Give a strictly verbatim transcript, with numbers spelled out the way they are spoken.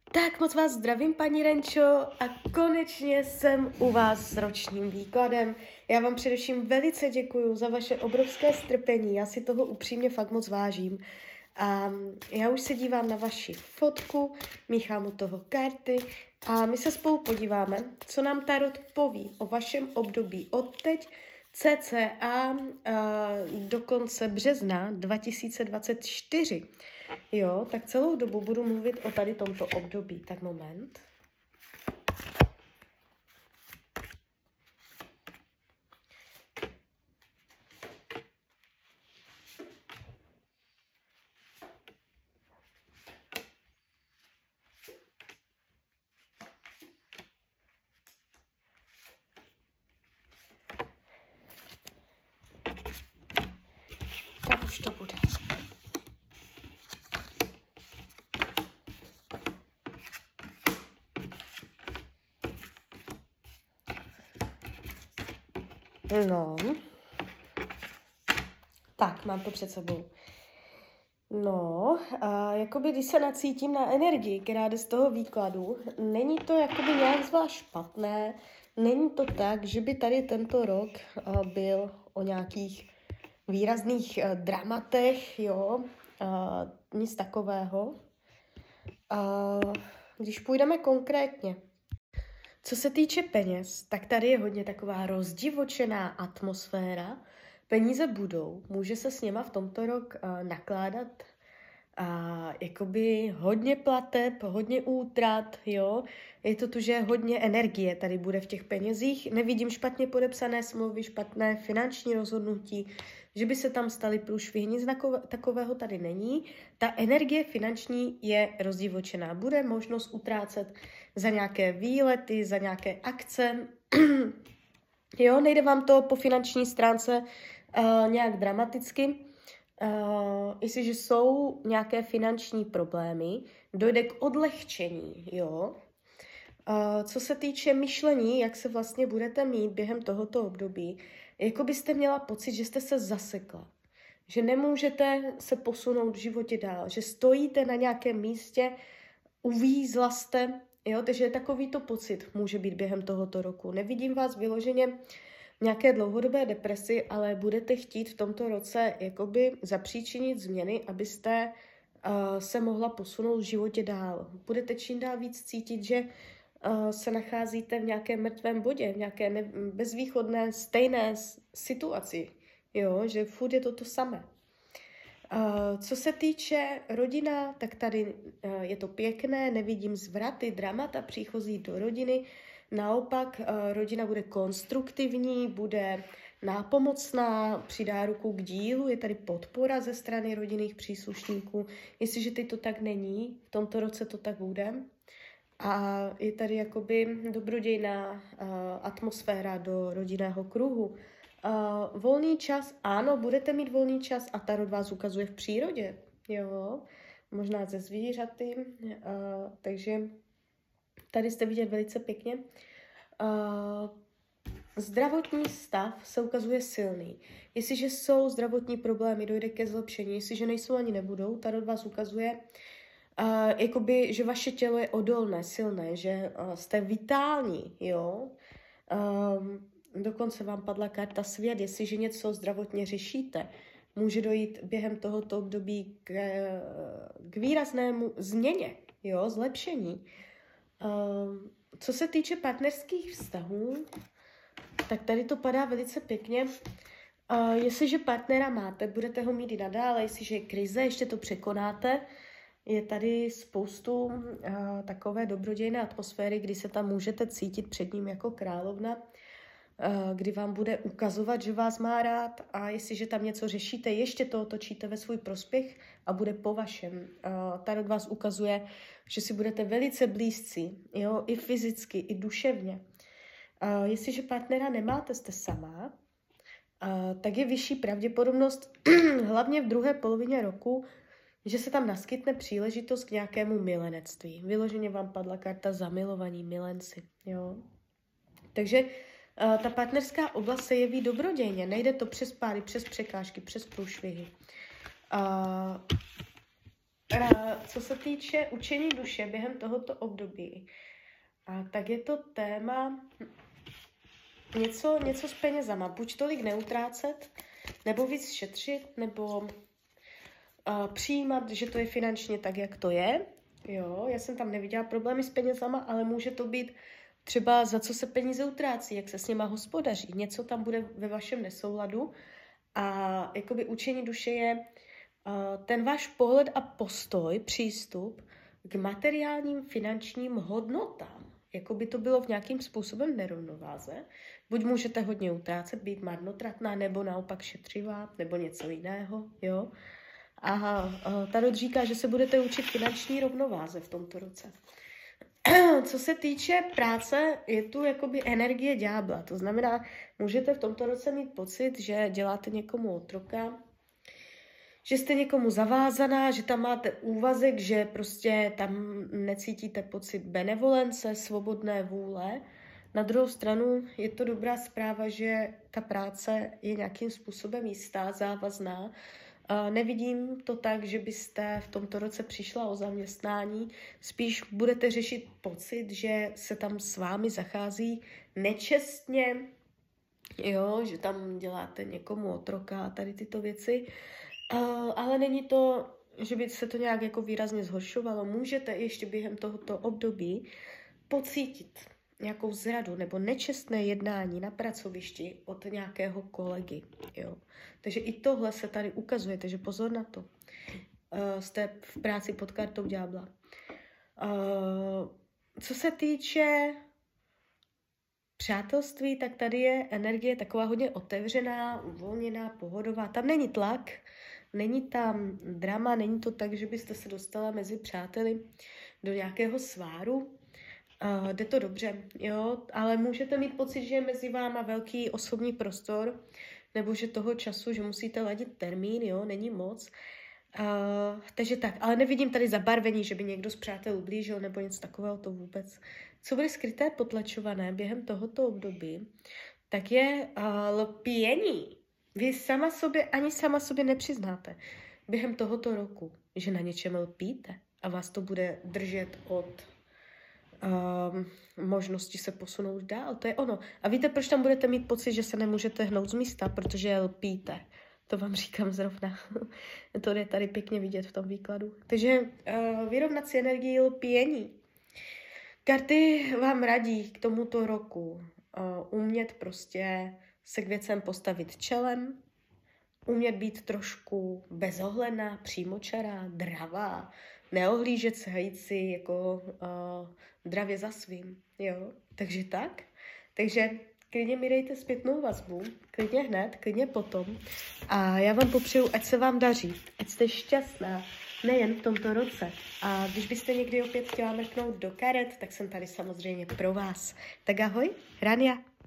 Tak moc vás zdravím, paní Renčo, a konečně jsem u vás s ročním výkladem. Já vám především velice děkuju za vaše obrovské strpení, já si toho upřímně fakt moc vážím. A já už se dívám na vaši fotku, míchám u toho karty a my se spolu podíváme, co nám Tarot poví o vašem období od teď cca uh, do konce března dva tisíce dvacet čtyři. Jo, tak celou dobu budu mluvit o tady tomto období. Tak moment. Tak už to bude. No. Tak, mám to před sebou. No, a jakoby když se nacítím na energii, která jde z toho výkladu, není to jakoby nějak zvlášť špatné, není to tak, že by tady tento rok uh, byl o nějakých výrazných uh, dramatech, jo, uh, nic takového. Uh, když půjdeme konkrétně, co se týče peněz, tak tady je hodně taková rozdivočená atmosféra. Peníze budou, může se s něma v tomto rok uh, nakládat a jakoby hodně plateb, hodně útrat, jo. Je to tu, že hodně energie tady bude v těch penězích. Nevidím špatně podepsané smlouvy, špatné finanční rozhodnutí, že by se tam staly průšvihy, nic takového tady není. Ta energie finanční je rozdivočená. Bude možnost utrácet za nějaké výlety, za nějaké akce. Jo, nejde vám to po finanční stránce uh, nějak dramaticky. Uh, jestliže jsou nějaké finanční problémy, dojde k odlehčení, jo. Uh, co se týče myšlení, jak se vlastně budete mít během tohoto období, jako byste měla pocit, že jste se zasekla, že nemůžete se posunout v životě dál, že stojíte na nějakém místě, uvízla jste, jo, takže takovýto pocit může být během tohoto roku. Nevidím vás vyloženě nějaké dlouhodobé depresi, ale budete chtít v tomto roce jakoby zapříčinit změny, abyste uh, se mohla posunout v životě dál. Budete čím dál víc cítit, že uh, se nacházíte v nějakém mrtvém bodě, v nějaké ne- bezvýchodné stejné situaci, jo, že furt je to to samé. Uh, co se týče rodina, tak tady uh, je to pěkné, nevidím zvraty, dramata příchozí do rodiny. Naopak rodina bude konstruktivní, bude nápomocná, přidá ruku k dílu, je tady podpora ze strany rodinných příslušníků. Jestliže teď to tak není, v tomto roce to tak bude. A je tady jakoby dobrodějná uh, atmosféra do rodinného kruhu. Uh, volný čas, ano, budete mít volný čas a Tarot vás ukazuje v přírodě, jo, možná ze zvířaty, uh, takže tady jste vidět velice pěkně. Uh, zdravotní stav se ukazuje silný. Jestliže jsou zdravotní problémy, dojde ke zlepšení. Jestliže nejsou ani nebudou, Tarot vás ukazuje, uh, jakoby, že vaše tělo je odolné, silné, že uh, jste vitální, jo. Um, dokonce vám padla karta svět. Jestliže něco zdravotně řešíte, může dojít během tohoto období k, k výraznému změně, jo, zlepšení. Uh, co se týče partnerských vztahů, tak tady to padá velice pěkně. Uh, jestliže partnera máte, budete ho mít i nadále, jestliže je krize, ještě to překonáte. Je tady spoustu uh, takové dobrodějné atmosféry, kdy se tam můžete cítit před ním jako královna, uh, kdy vám bude ukazovat, že vás má rád, a jestliže tam něco řešíte, ještě to otočíte ve svůj prospěch a bude po vašem. Uh, Tarot vás ukazuje, že si budete velice blízcí, jo, i fyzicky, i duševně. Uh, jestliže partnera nemáte, jste sama, uh, tak je vyšší pravděpodobnost, hlavně v druhé polovině roku, že se tam naskytne příležitost k nějakému milenectví. Vyloženě vám padla karta zamilovaní, milenci, jo. Takže uh, ta partnerská oblast se jeví dobrodějně, nejde to přes páry, přes překážky, přes průšvihy. Uh, A co se týče učení duše během tohoto období, a tak je to téma něco, něco s penězama. Buď tolik neutrácet, nebo víc šetřit, nebo a, přijímat, že to je finančně tak, jak to je. Jo, já jsem tam neviděla problémy s penězama, ale může to být třeba za co se peníze utrácí, jak se s nima hospodaří. Něco tam bude ve vašem nesouladu a jakoby učení duše je uh, ten váš pohled a postoj, přístup k materiálním finančním hodnotám. Jako by to bylo v nějakým způsobem nerovnováze. Buď můžete hodně utrácet, být marnotratná, nebo naopak šetřivá, nebo něco jiného, jo. A uh, Tarot říká, že se budete učit finanční rovnováze v tomto roce. Co se týče práce, je tu jakoby energie ďábla. To znamená, můžete v tomto roce mít pocit, že děláte někomu otroka, že jste někomu zavázaná, že tam máte úvazek, že prostě tam necítíte pocit benevolence, svobodné vůle. Na druhou stranu je to dobrá zpráva, že ta práce je nějakým způsobem jistá, závazná. Uh, nevidím to tak, že byste v tomto roce přišla o zaměstnání, spíš budete řešit pocit, že se tam s vámi zachází nečestně, jo, že tam děláte někomu otroka a tady tyto věci, uh, ale není to, že by se to nějak jako výrazně zhoršovalo. Můžete ještě během tohoto období pocítit nějakou zradu nebo nečestné jednání na pracovišti od nějakého kolegy. Jo. Takže i tohle se tady ukazuje, takže pozor na to. Uh, jste v práci pod kartou ďábla. Uh, co se týče přátelství, tak tady je energie taková hodně otevřená, uvolněná, pohodová. Tam není tlak, není tam drama, není to tak, že byste se dostala mezi přáteli do nějakého sváru. Uh, jde to dobře, jo, ale můžete mít pocit, že je mezi váma velký osobní prostor, nebo že toho času, že musíte ladit termín, jo, není moc. Uh, takže tak, ale nevidím tady zabarvení, že by někdo z přátel ublížil, nebo něco takového, to vůbec. Co bude skryté, potlačované během tohoto období, tak je uh, lpění. Vy sama sobě, ani sama sobě nepřiznáte během tohoto roku, že na něčem lpíte a vás to bude držet od Um, možnosti se posunout dál, to je ono. A víte, proč tam budete mít pocit, že se nemůžete hnout z místa, protože lpíte. To vám říkám zrovna. To je tady pěkně vidět v tom výkladu. Takže uh, vyrovnat si energii lpění. Karty vám radí k tomuto roku uh, umět prostě se k věcem postavit čelem, umět být trošku bezohledná, přímočará, dravá, neohlížet se hající jako uh, dravě za svým, jo, takže tak. Takže klidně mi dejte zpětnou vazbu, klidně hned, klidně potom a já vám popřeju, ať se vám daří, ať jste šťastná, nejen v tomto roce. A když byste někdy opět chtěla mrknout do karet, tak jsem tady samozřejmě pro vás. Tak ahoj, Rania.